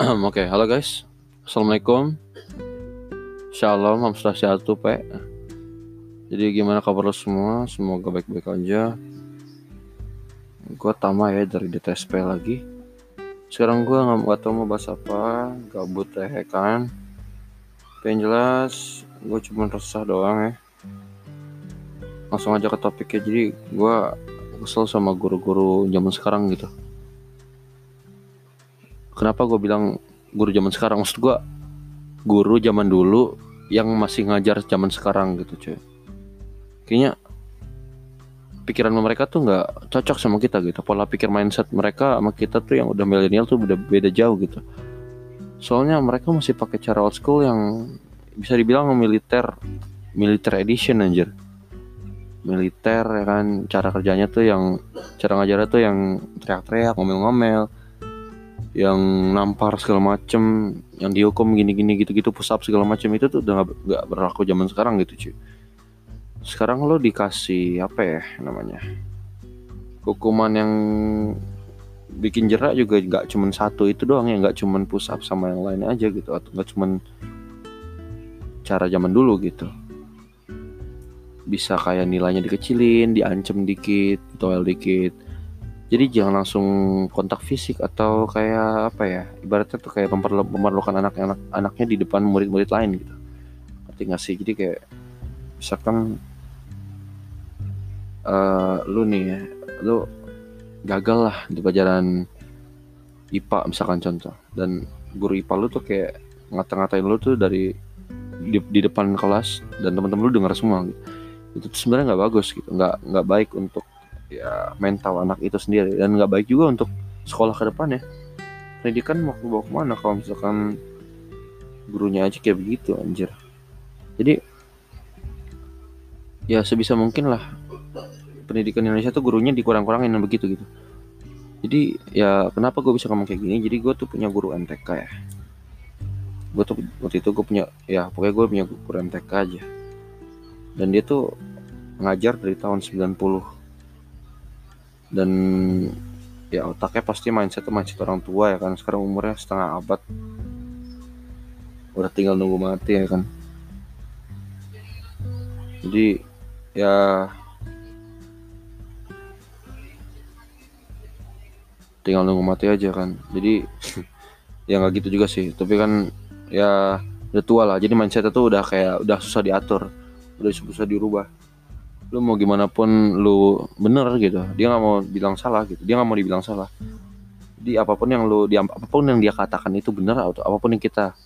Oke, halo guys. Assalamualaikum. Shalom, Om Swastiastu, Pak. Jadi gimana kabar lo semua? Semoga baik-baik aja. Gue Tama ya dari DTSP lagi. Sekarang gue nggak tahu mau bahas apa, gabut ya kan. Tapi yang jelas, gue cuma resah doang ya. Langsung aja ke topiknya. Jadi gue kesel sama guru-guru zaman sekarang gitu. Kenapa gue bilang guru zaman sekarang? Maksud gue guru zaman dulu yang masih ngajar zaman sekarang gitu cuy. Kayaknya pikiran mereka tuh nggak cocok sama kita gitu. Pola pikir mindset mereka sama kita tuh yang udah milenial tuh udah beda jauh gitu. Soalnya mereka masih pakai cara old school yang bisa dibilang militer edition anjir. Militer ya kan, cara kerjanya tuh yang cara ngajarnya tuh yang teriak-teriak, ngomel-ngomel, yang nampar segala macem, yang dihukum gini-gini gitu-gitu, push up segala macem. Itu tuh udah nggak berlaku zaman sekarang gitu cuy. Sekarang lo dikasih apa ya namanya, hukuman yang bikin jerak juga nggak cuman satu itu doang ya, nggak cuman push up sama yang lain aja gitu, atau nggak cuman cara zaman dulu gitu. Bisa kayak nilainya dikecilin, diancem dikit, ditoel dikit. Jadi jangan langsung kontak fisik atau kayak apa ya, ibaratnya tuh kayak memerlukan anaknya di depan murid-murid lain gitu. Ngerti nggak sih? Jadi kayak misalkan lu nih ya, lu gagal lah di pelajaran IPA misalkan contoh, dan guru IPA lu tuh kayak ngata-ngatain lu tuh di depan kelas dan teman-teman lu dengar semua gitu. Itu tuh sebenarnya nggak bagus gitu, nggak baik untuk ya mental anak itu sendiri, dan nggak baik juga untuk sekolah ke depan ya. Pendidikan mau bawa kemana kalau misalkan gurunya aja kayak begitu anjir. Jadi ya sebisa mungkin lah pendidikan Indonesia tuh gurunya dikurang-kurangin begitu gitu. Jadi ya kenapa gue bisa ngomong kayak gini, jadi gue tuh punya guru MTK ya. Gue tuh waktu itu gue punya, ya pokoknya gue punya guru MTK aja, dan dia tuh ngajar dari tahun 90, dan ya otaknya pasti mindset orang tua ya kan. Sekarang umurnya setengah abad, udah tinggal nunggu mati ya kan. Jadi ya tinggal nunggu mati aja kan. Jadi ya nggak gitu juga sih, tapi kan ya udah tua lah, jadi mindsetnya tuh udah susah diatur, udah susah dirubah. Lu mau gimana pun lu bener gitu, dia nggak mau bilang salah gitu, dia nggak mau dibilang salah. Jadi apapun yang dia katakan itu benar, atau apapun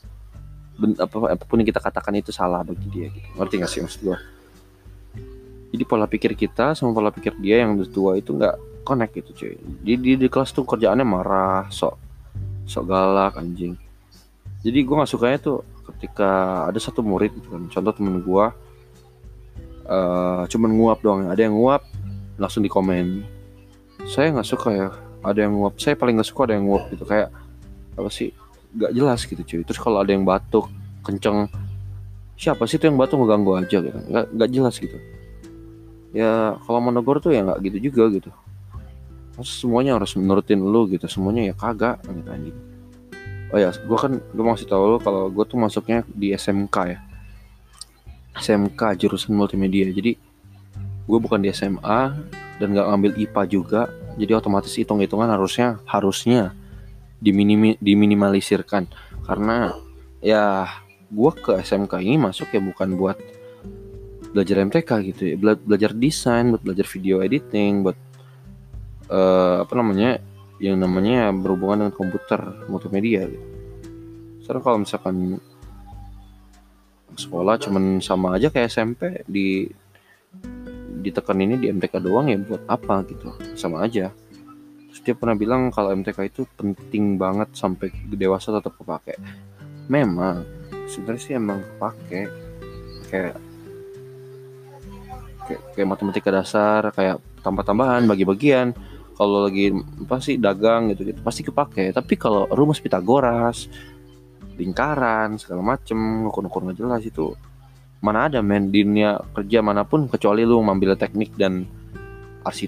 yang kita katakan itu salah bagi dia gitu. Ngerti nggak sih maksud gua? Jadi pola pikir kita sama pola pikir dia yang udah tua itu nggak connect gitu cuy. Di kelas tuh kerjaannya marah, sok galak anjing. Jadi gue nggak sukanya tuh ketika ada satu murid gitu kan, contoh temen gue cuman nguap doang, ada yang nguap langsung di komen. Saya nggak suka ya ada yang nguap, saya paling nggak suka ada yang nguap gitu, kayak apa sih, nggak jelas gitu cuy. Terus kalau ada yang batuk kenceng, siapa sih tuh yang batuk, ngeganggu aja gitu, nggak jelas gitu. Ya kalau mau negor tuh ya nggak gitu juga gitu. Masa semuanya harus menurutin lu gitu, semuanya ya kagak gitu anjing. Oh ya, gue mau kasih tau lo kalau gue tuh masuknya di SMK ya. SMK jurusan multimedia. Jadi gue bukan di SMA dan gak ngambil IPA juga. Jadi otomatis hitung-hitungan harusnya diminimalisirkan. Karena ya gue ke SMK ini masuk ya bukan buat belajar MTK gitu ya. Belajar desain, buat belajar video editing, buat yang namanya berhubungan dengan komputer multimedia gitu. Sekarang kalau misalkan sekolah cuman sama aja kayak SMP, ditekan ini di MTK doang, ya buat apa gitu, sama aja. Terus dia pernah bilang kalau MTK itu penting banget sampai dewasa tetap kepake. Memang sebenarnya sih emang kepake, kayak matematika dasar, kayak tambah-tambahan, bagi-bagian. Kalau lagi pasti dagang gitu pasti kepake. Tapi kalau rumus Pitagoras, lingkaran segala macem, ukur-ukur nggak jelas, itu mana ada men di dunia kerja manapun, kecuali lu ngambil teknik dan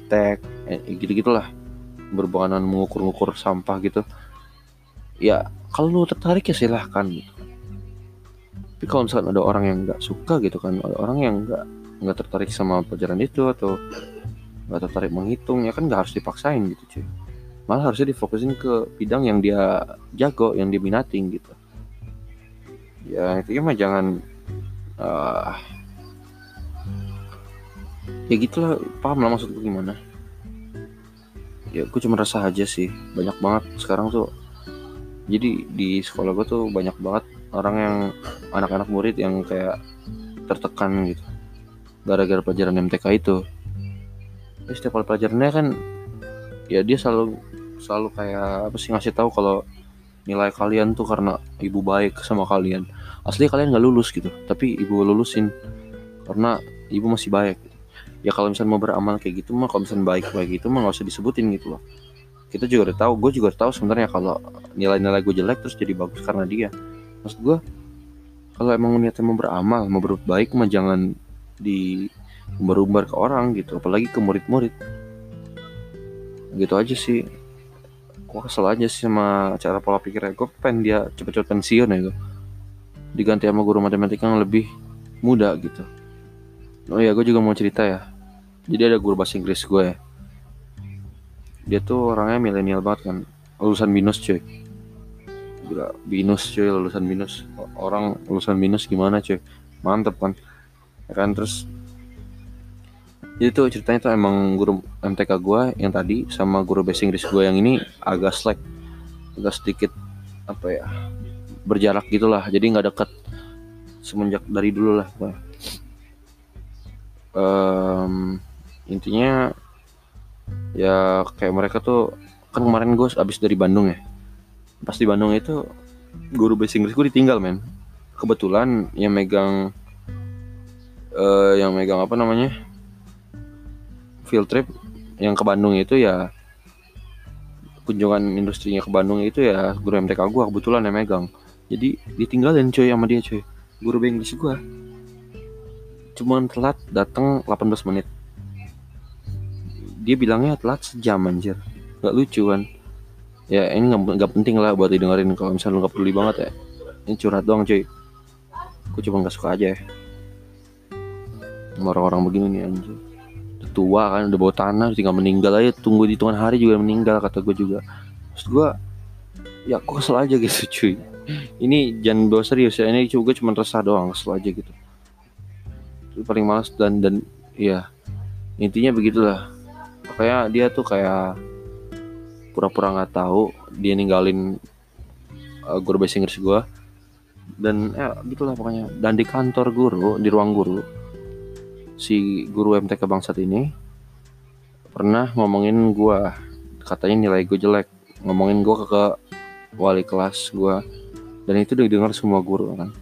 arsitek gitu-gitulah, berhubungan mengukur-ukur sampah gitu. Ya kalau lu tertarik ya silahkan gitu. Tapi kalau misalkan ada orang yang nggak suka gitu kan, ada orang yang nggak tertarik sama pelajaran itu atau nggak tertarik menghitung, ya kan nggak harus dipaksain gitu cuy. Malah harusnya difokusin ke bidang yang dia jago, yang dia minatin gitu. Ya intinya mah jangan ya gitulah, paham lah maksud gue gimana. Ya gue cuma rasa aja sih, banyak banget sekarang tuh. Jadi di sekolah gue tuh banyak banget orang yang anak-anak murid yang kayak tertekan gitu gara-gara pelajaran MTK itu. Ya, setiap kali pelajarannya kan ya dia selalu kayak apa sih, ngasih tahu kalau nilai kalian tuh karena ibu baik sama kalian. Asli kalian nggak lulus gitu, tapi ibu lulusin karena ibu masih baik. Ya kalau misalnya mau beramal kayak gitu mah, kalau misalnya baik-baik gitu mah nggak usah disebutin gitu loh. Kita juga udah tahu, gue juga udah tahu sebenarnya kalau nilai-nilai gue jelek terus jadi bagus karena dia. Maksud gue, kalau emang niatnya mau beramal, mau berbuat baik mah jangan diumbar-umbar ke orang gitu, apalagi ke murid-murid. Gitu aja sih. Gue kesel aja sih sama cara pola pikirnya. Gue pengen dia cepet-cepet pensiun ya gue, diganti sama guru matematika yang lebih muda gitu. Oh iya, gue juga mau cerita ya. Jadi ada guru bahasa Inggris gue ya. Dia tuh orangnya milenial banget kan, lulusan BINUS cuy. Gila, BINUS cuy, lulusan BINUS. Orang lulusan BINUS gimana cuy, mantep kan. Ya kan, terus jadi tuh ceritanya tuh emang guru MTK gue yang tadi sama guru bahasa Inggris gue yang ini agak sedikit apa ya, berjarak gitulah, jadi nggak dekat semenjak dari dulu lah. Intinya ya kayak mereka tuh kan, kemarin gue abis dari Bandung ya. Pas di Bandung itu guru bahasa Inggris gue ditinggal men. Kebetulan yang megang apa namanya, field trip yang ke Bandung itu ya, kunjungan industrinya ke Bandung itu ya guru MTK gue kebetulan yang megang. Jadi ditinggalin cuy sama dia cuy, guru bahasa Inggris gue. Cuman telat datang 18 menit. Dia bilangnya telat sejam anjir. Gak lucu kan. Ya ini gak penting lah buat didengerin kalau misalnya lu gak peduli banget ya. Ini curhat doang cuy. Gue cuma gak suka aja ya sama orang-orang begini nih anjir. Udah tua kan, udah bawa tanah, tinggal meninggal aja. Tunggu di hitungan hari juga meninggal kata gue juga. Terus gue, ya aku kesel aja gitu cuy. Ini jangan bawa serius ya. Ini gue cuma resah doang, kesel aja gitu. Itu paling malas dan ya intinya begitulah. Pokoknya dia tuh kayak pura-pura nggak tahu dia ninggalin guru bahasa Inggris gue. Dan gitulah pokoknya. Dan di kantor guru, di ruang guru, si guru MTK bangsat ini pernah ngomongin gue, katanya nilai gue jelek, ngomongin gue ke wali kelas gue, dan itu udah didengar semua guru kan.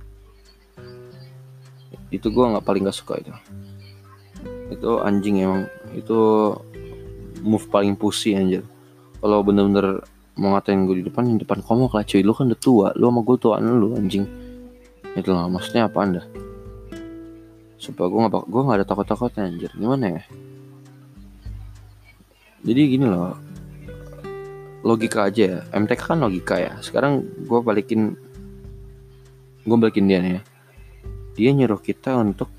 Itu gue paling gak suka itu anjing emang. Itu move paling pussy anjir. Kalau bener-bener mau ngatain gue di depan komok lah cuy. Lu kan udah tua, lu sama gue tuaan lu anjing. Itu lah maksudnya apa anda? Supaya gue gak ada takut-takutnya anjir. Gimana ya? Jadi gini loh, logika aja ya. MTK kan logika ya. Sekarang gue balikin dia nih ya. Dia nyuruh kita untuk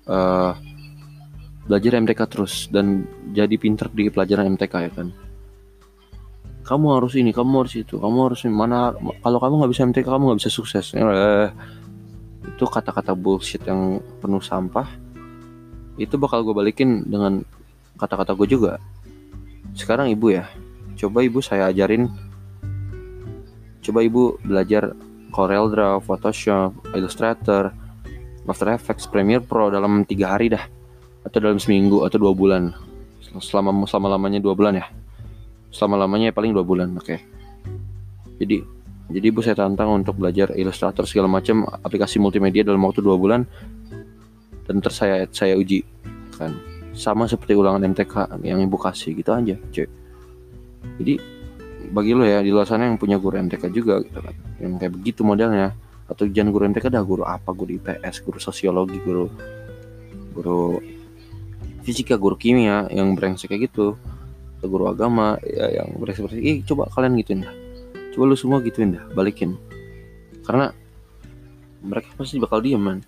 belajar MTK terus dan jadi pinter di pelajaran MTK ya kan. Kamu harus ini, kamu harus itu, kamu harus mana. Kalau kamu nggak bisa MTK, kamu nggak bisa sukses. Itu kata-kata bullshit yang penuh sampah. Itu bakal gue balikin dengan kata-kata gue juga. Sekarang ibu ya, coba ibu saya ajarin. Coba ibu belajar Corel Draw, Photoshop, Illustrator, After Effects, Premiere Pro dalam 3 hari dah, atau dalam seminggu atau 2 bulan. Selama-lamanya 2 bulan ya. Selama-lamanya paling 2 bulan, oke. Jadi ibu saya tantang untuk belajar Illustrator segala macam aplikasi multimedia dalam waktu 2 bulan. Dan terus saya uji kan. Sama seperti ulangan MTK yang ibu kasih gitu aja, cuy. Jadi bagi lo ya di luar sana yang punya guru MTK juga gitu kan, yang kayak begitu modelnya, atau jangan guru MTK dah, guru apa, guru IPS, guru sosiologi, guru fisika, guru kimia yang brengsek kayak gitu, atau guru agama ya yang brengsek, coba kalian gituin lah. Coba lu semua gituin dah, balikin. Karena mereka pasti bakal diem, man.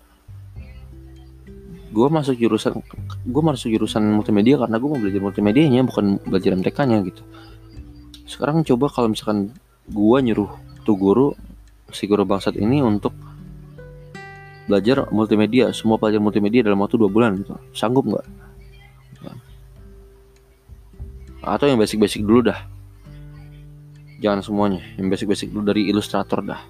Gue masuk jurusan multimedia karena gue mau belajar multimedianya, bukan belajar MTK-nya gitu. Sekarang coba kalau misalkan gue nyuruh tuh si guru bangsat ini untuk belajar multimedia, semua pelajaran multimedia dalam waktu 2 bulan gitu, sanggup nggak? Atau yang basic-basic dulu dah, jangan semuanya, yang basic-basic dulu dari Illustrator dah.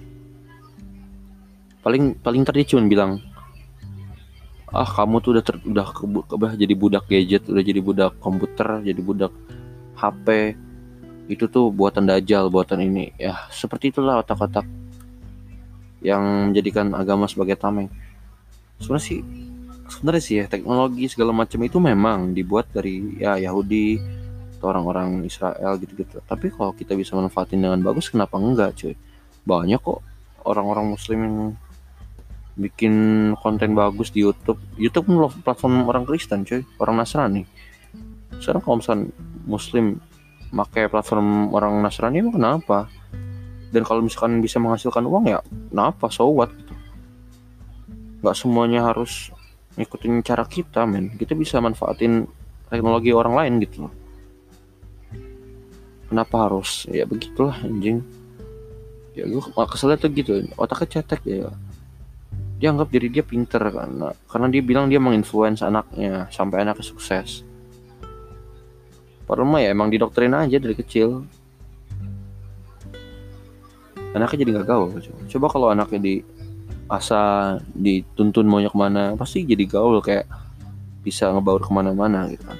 Paling tadi cuma bilang, kamu tuh udah jadi budak gadget, udah jadi budak komputer, jadi budak HP, itu tuh buatan Dajjal, buatan ini. Ya seperti itulah otak-otak yang menjadikan agama sebagai tameng. Sebenarnya sih ya, teknologi segala macam itu memang dibuat dari ya Yahudi atau orang-orang Israel gitu-gitu. Tapi kalau kita bisa manfaatin dengan bagus, kenapa enggak, cuy? Banyak kok orang-orang Muslim yang bikin konten bagus di YouTube. YouTube kan platform orang Kristen, cuy, orang Nasrani. Sekarang kalau misalnya Muslim pakai platform orang Nasrani, emang kenapa? Dan kalau misalkan bisa menghasilkan uang, ya kenapa, so what gitu. Gak semuanya harus ngikutin cara kita, men. Kita bisa manfaatin teknologi orang lain gitu. Kenapa harus? Ya begitulah, anjing. Ya gue keselnya tuh gitu, otaknya cetek ya. Dia anggap diri dia pinter karena dia bilang dia menginfluence anaknya sampai anaknya sukses. Padahal mah ya emang didoktrin aja dari kecil. Anaknya jadi gak gaul. Coba kalau anaknya dituntun maunya kemana, pasti jadi gaul, kayak bisa ngebaur kemana-mana gitu kan.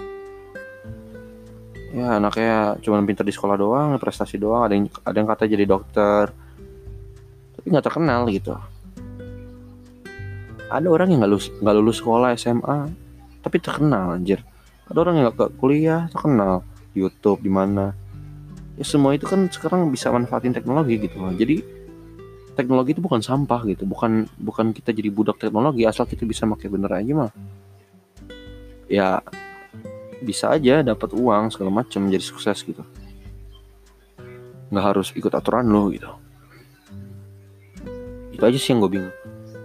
Ya anaknya cuma pinter di sekolah doang, prestasi doang, ada yang kata jadi dokter, tapi nggak terkenal gitu. Ada orang yang nggak lulus sekolah SMA tapi terkenal, anjir. Ada orang yang nggak kuliah terkenal, YouTube di mana. Ya semua itu kan sekarang bisa manfaatin teknologi gitu loh. Jadi teknologi itu bukan sampah gitu, bukan kita jadi budak teknologi, asal kita bisa pakai bener aja mah. Ya bisa aja dapat uang segala macam, jadi sukses gitu. Nggak harus ikut aturan lo gitu. Itu aja sih yang gue bingung.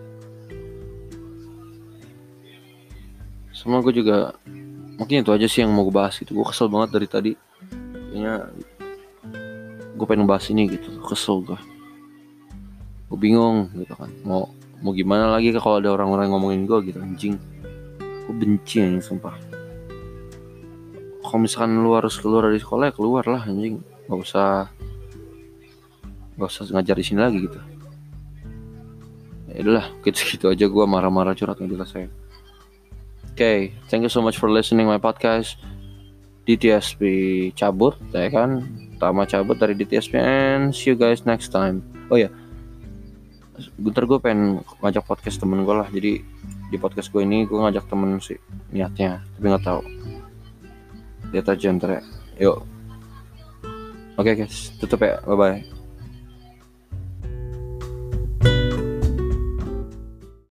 Sama gue juga, mungkin itu aja sih yang mau gue bahas gitu. Gue kesel banget dari tadi. Kayaknya gue pengen bahas ini gitu, kesel gue bingung gitu kan, mau gimana lagi kalau ada orang-orang ngomongin gue gitu, anjing. Gue benci anjing, sumpah. Kalau misalkan lu harus keluar dari sekolah, ya keluar lah anjing, nggak usah ngajar di sini lagi gitu. Ya udahlah, gitu aja gue marah-marah curhat nggak jelas saya. Okay, thank you so much for listening my podcast. DTSP cabut, ya kan? Tama cabut dari DTSP, and see you guys next time. Oh ya, bentar gue pengen ngajak podcast temen gue lah. Jadi di podcast gue ini gue ngajak temen sih niatnya, tapi nggak tahu. Lihat aja ntar ya. Yuk. Oke guys, tutup ya. Bye bye.